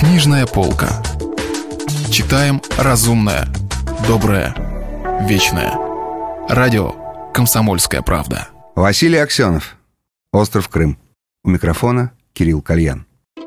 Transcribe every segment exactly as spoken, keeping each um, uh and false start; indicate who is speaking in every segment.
Speaker 1: Книжная полка. Читаем разумное, доброе, вечное. Радио «Комсомольская правда».
Speaker 2: Василий Аксенов. Остров Крым. У микрофона Кирилл Кальян.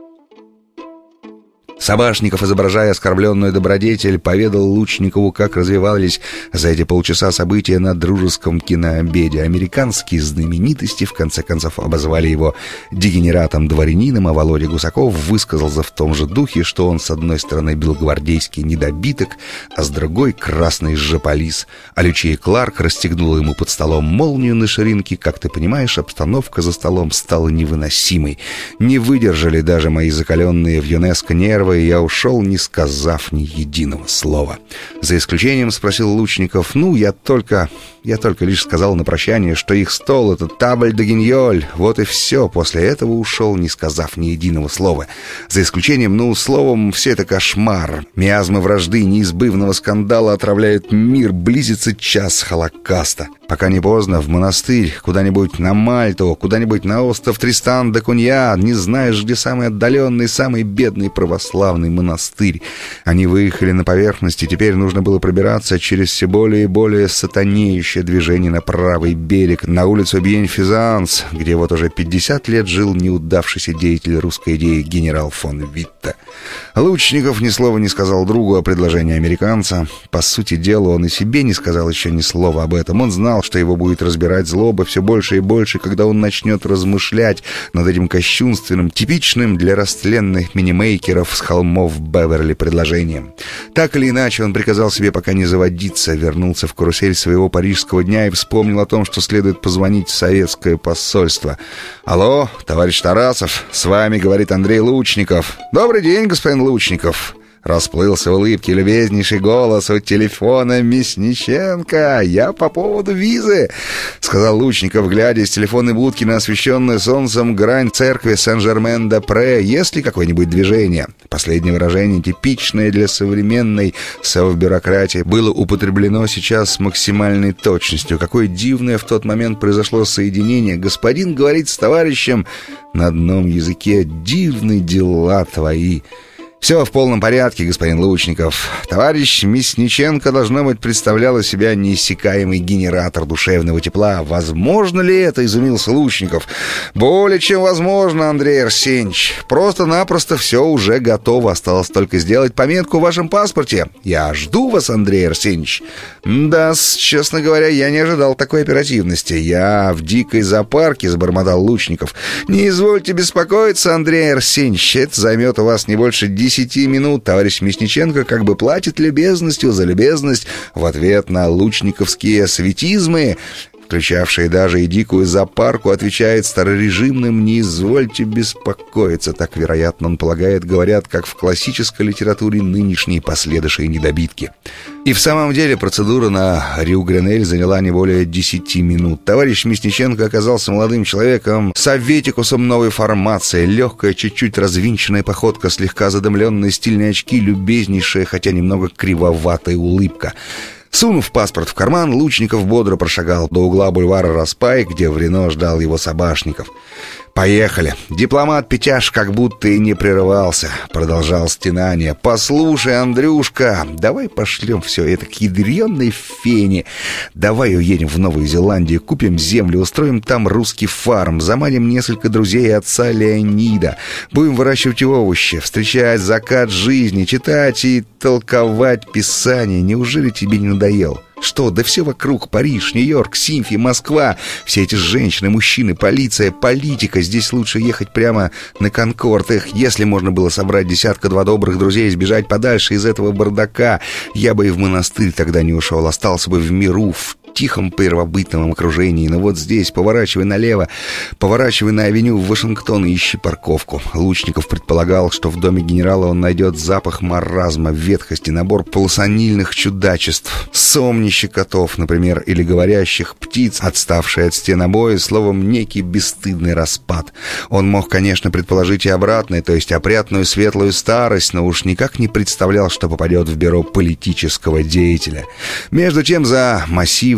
Speaker 2: Собашников, изображая оскорбленную добродетель, поведал Лучникову, как развивались за эти полчаса события на дружеском кинообеде. Американские знаменитости в конце концов обозвали его дегенератом-дворянином, а Володя Гусаков высказался в том же духе, что он с одной стороны белогвардейский недобиток, а с другой красный жополис. А Лючия Кларк расстегнула ему под столом молнию на ширинке. Как ты понимаешь, обстановка за столом стала невыносимой. Не выдержали даже мои закаленные в ЮНЕСКО нервы, и я ушел, не сказав ни единого слова. За исключением, спросил Лучников, ну, я только... Я только лишь сказал на прощание, что их стол — это табль де гиньоль. Вот и все. После этого ушел, не сказав ни единого слова. За исключением, ну, словом, все это кошмар. Миазмы вражды, неизбывного скандала отравляют мир. Близится час Холокоста. Пока не поздно, в монастырь, куда-нибудь на Мальту, куда-нибудь на остров Тристан да Кунья. Не знаешь, где самый отдаленный, самый бедный православный монастырь. Они выехали на поверхность, и теперь нужно было пробираться через все более и более сатанеющее движение на правый берег, на улицу Бьенфизанс, где вот уже пятьдесят лет жил неудавшийся деятель русской идеи генерал фон Витте. Лучников ни слова не сказал другу о предложении американца. По сути дела, он и себе не сказал еще ни слова об этом. Он знал, что его будет разбирать злоба все больше и больше, когда он начнет размышлять над этим кощунственным, типичным для растленных минимейкеров с холмов Беверли предложением. Так или иначе, он приказал себе пока не заводиться, вернулся в карусель своего парижского дня и вспомнил о том, что следует позвонить в советское посольство. «Алло, товарищ Тарасов, с вами говорит Андрей Лучников». «Добрый день, господин Лучников». Расплылся в улыбке любезнейший голос от телефона Мясниченко. «Я по поводу визы», — сказал Лучников, глядя из телефонной будки на освещенную солнцем грань церкви Сен-Жермен-де-Пре. «Есть ли какое-нибудь движение?» Последнее выражение, типичное для современной совбюрократии, было употреблено сейчас с максимальной точностью. Какое дивное в тот момент произошло соединение. Господин говорит с товарищем на одном языке. «Дивны дела твои». «Все в полном порядке, господин Лучников. Товарищ Мясниченко, должно быть, представлял из себя неиссякаемый генератор душевного тепла. Возможно ли это?» — изумился Лучников. «Более чем возможно, Андрей Арсеньевич. Просто-напросто все уже готово. Осталось только сделать пометку в вашем паспорте. Я жду вас, Андрей Арсеньевич». «Да, честно говоря, я не ожидал такой оперативности. Я в дикой зоопарке», — забормотал Лучников. «Не извольте беспокоиться, Андрей Арсеньевич. Это займет у вас не больше десяти десяти минут. Товарищ Мясниченко как бы платит любезностью за любезность в ответ на лучниковские светизмы, включавшие даже и дикую зоопарку, отвечает старорежимным «не извольте беспокоиться». Так, вероятно, он полагает, говорят, как в классической литературе нынешние последующие недобитки. И в самом деле процедура на Рю-Гренель заняла не более десяти минут. Товарищ Мясниченко оказался молодым человеком с аветикусом новой формации. Легкая, чуть-чуть развинченная походка, слегка задымленные стильные очки, любезнейшая, хотя немного кривоватая улыбка. Сунув паспорт в карман, Лучников бодро прошагал до угла бульвара Распай, где в Рено ждал его Собашников. «Поехали». Дипломат Петяш как будто и не прерывался. Продолжал стенание. «Послушай, Андрюшка, давай пошлем все это к ядреной фене. Давай уедем в Новую Зеландию, купим землю, устроим там русский фарм, заманим несколько друзей отца Леонида. Будем выращивать овощи, встречать закат жизни, читать и толковать писание. Неужели тебе не надоел?» «Что? Да все вокруг. Париж, Нью-Йорк, Симфи, Москва. Все эти женщины, мужчины, полиция, политика. Здесь лучше ехать прямо на Конкорд. Эх, если можно было собрать десятка-два добрых друзей и сбежать подальше из этого бардака, я бы и в монастырь тогда не ушел. Остался бы в миру, в тихом первобытном окружении. Но вот здесь, поворачивай налево, поворачивай на авеню в Вашингтон и ищи парковку». Лучников предполагал, что в доме генерала он найдет запах маразма, ветхости, набор полусонильных чудачеств, сомнища котов, например, или говорящих птиц, отставшие от стен обои, словом, некий бесстыдный распад. Он мог, конечно, предположить и обратное, то есть опрятную светлую старость, но уж никак не представлял, что попадет в бюро политического деятеля. Между тем, за массивным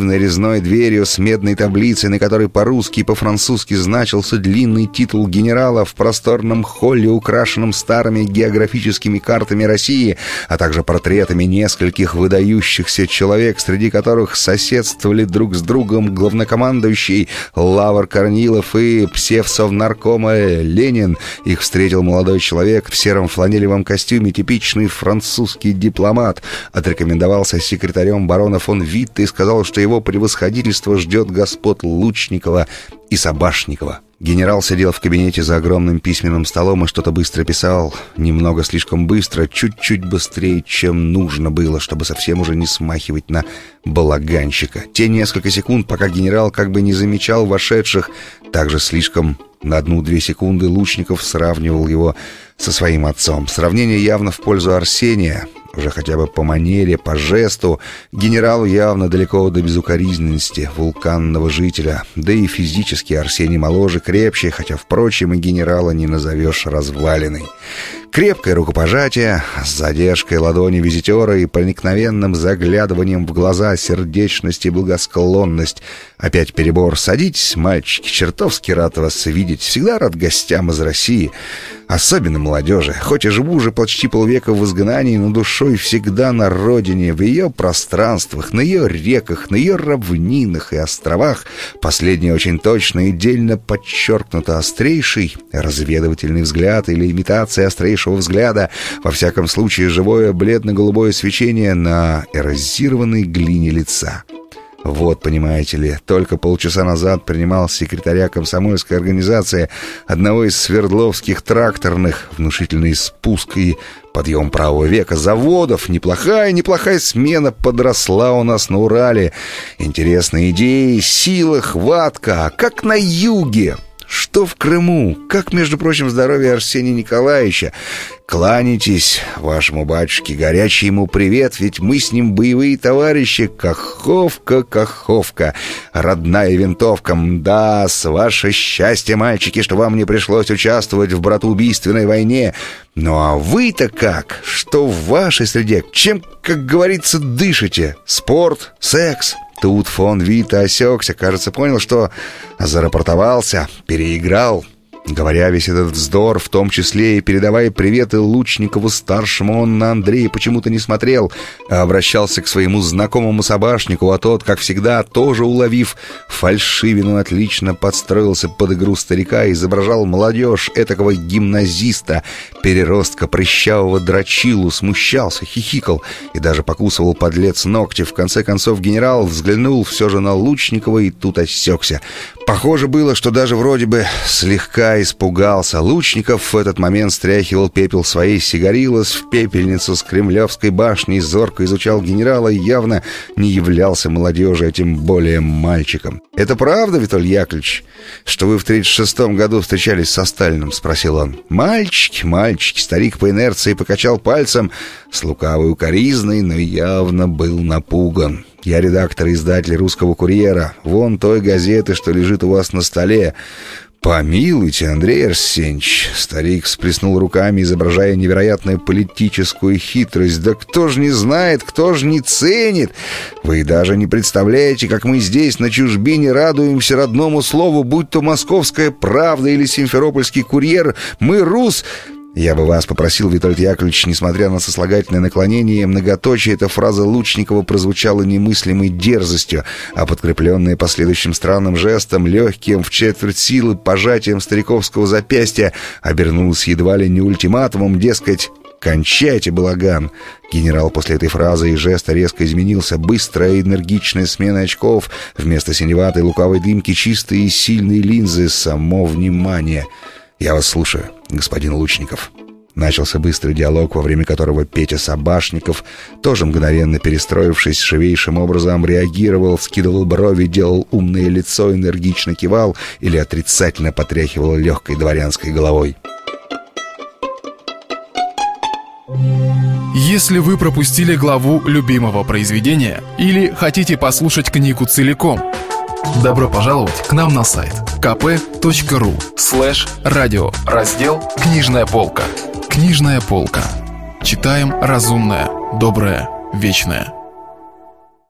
Speaker 2: массивной резной дверью с медной таблицей, на которой по-русски и по-французски значился длинный титул генерала, в просторном холле, украшенном старыми географическими картами России, а также портретами нескольких выдающихся человек, среди которых соседствовали друг с другом главнокомандующий Лавр Корнилов и псевсовнаркома Ленин. Их встретил молодой человек в сером фланелевом костюме, типичный французский дипломат. Отрекомендовался секретарем барона фон Витте и сказал, что его превосходительство ждет господ Лучникова и Собашникова. Генерал сидел в кабинете за огромным письменным столом и что-то быстро писал. Немного слишком быстро, чуть-чуть быстрее, чем нужно было, чтобы совсем уже не смахивать на балаганщика. Те несколько секунд, пока генерал как бы не замечал вошедших, также слишком на одну-две секунды Лучников сравнивал его со своим отцом. Сравнение явно в пользу Арсения. Уже хотя бы по манере, по жесту. Генералу явно далеко до безукоризненности вулканного жителя. Да и физически Арсений моложе, крепче, хотя, впрочем, и генерала не назовешь развалиной. Крепкое рукопожатие, с задержкой ладони визитера и проникновенным заглядыванием в глаза, сердечность и благосклонность. Опять перебор. «Садитесь, мальчики, чертовски рад вас видеть. Всегда рад гостям из России, особенно молодежи. Хоть и живу уже почти полвека в изгнании, но душой всегда на родине, в ее пространствах, на ее реках, на ее равнинах и островах». Последнее очень точно и дельно подчеркнуто. Острейший разведывательный взгляд или имитация острейшего взгляда, во всяком случае живое бледно-голубое свечение на эрозированной глине лица. Вот, понимаете ли, только полчаса назад принимал секретаря комсомольской организации одного из свердловских тракторных, внушительный спуск и подъем правого века заводов. Неплохая, неплохая смена подросла у нас на Урале. Интересные идеи, сила, хватка, как на юге. Что в Крыму? Как, между прочим, здоровье Арсения Николаевича? Кланяйтесь вашему батюшке, горячий ему привет, ведь мы с ним боевые товарищи. Каховка, Каховка, родная винтовка. Да, с ваше счастье, мальчики, что вам не пришлось участвовать в братоубийственной войне. Ну а вы-то как? Что в вашей среде? Чем, как говорится, дышите? Спорт? Секс? Тут фон Витте осекся, кажется, понял, что зарапортовался, переиграл. Говоря весь этот вздор, в том числе и передавая приветы Лучникову-старшему, он на Андрея почему-то не смотрел, а обращался к своему знакомому Собашнику, а тот, как всегда, тоже уловив фальшивину, отлично подстроился под игру старика и изображал молодежь, этакого гимназиста, переростка, прыщавого дрочилу, смущался, хихикал и даже покусывал подлец ногти. В конце концов генерал взглянул все же на Лучникова и тут осекся. Похоже было, что даже вроде бы слегка испугался. Лучников в этот момент стряхивал пепел своей сигарилос в пепельницу с Кремлевской башни, зорко изучал генерала и явно не являлся молодежью, а тем более мальчиком. «Это правда, Виталий Яковлевич, что вы в тридцать шестом году встречались со Сталиным?» — спросил он. «Мальчики, мальчики!» — старик по инерции покачал пальцем с лукавой укоризной, но явно был напуган. «Я редактор и издатель «Русского курьера», вон той газеты, что лежит у вас на столе». «Помилуйте, Андрей Арсеньевич!» — старик всплеснул руками, изображая невероятную политическую хитрость. «Да кто ж не знает, кто ж не ценит! Вы даже не представляете, как мы здесь, на чужбине, радуемся родному слову, будь то «Московская правда» или «Симферопольский курьер». Мы рус... Я бы вас попросил, Виталий Яковлевич, несмотря на сослагательное наклонение и многоточие, эта фраза Лучникова прозвучала немыслимой дерзостью, а подкрепленная последующим странным жестом, легким в четверть силы пожатием стариковского запястья, обернулась едва ли не ультиматумом, дескать, «Кончайте, балаган!» Генерал после этой фразы и жеста резко изменился. Быстрая и энергичная смена очков, вместо синеватой лукавой дымки чистые и сильные линзы, само внимание. «Я вас слушаю, господин Лучников». Начался быстрый диалог, во время которого Петя Собашников, тоже мгновенно перестроившись, живейшим образом реагировал, вскидывал брови, делал умное лицо, энергично кивал или отрицательно потряхивал легкой дворянской головой.
Speaker 1: Если вы пропустили главу любимого произведения или хотите послушать книгу целиком, добро пожаловать к нам на сайт ка пэ точка ру слэш радио, раздел «Книжная полка». Книжная полка. Читаем разумное, доброе, вечное.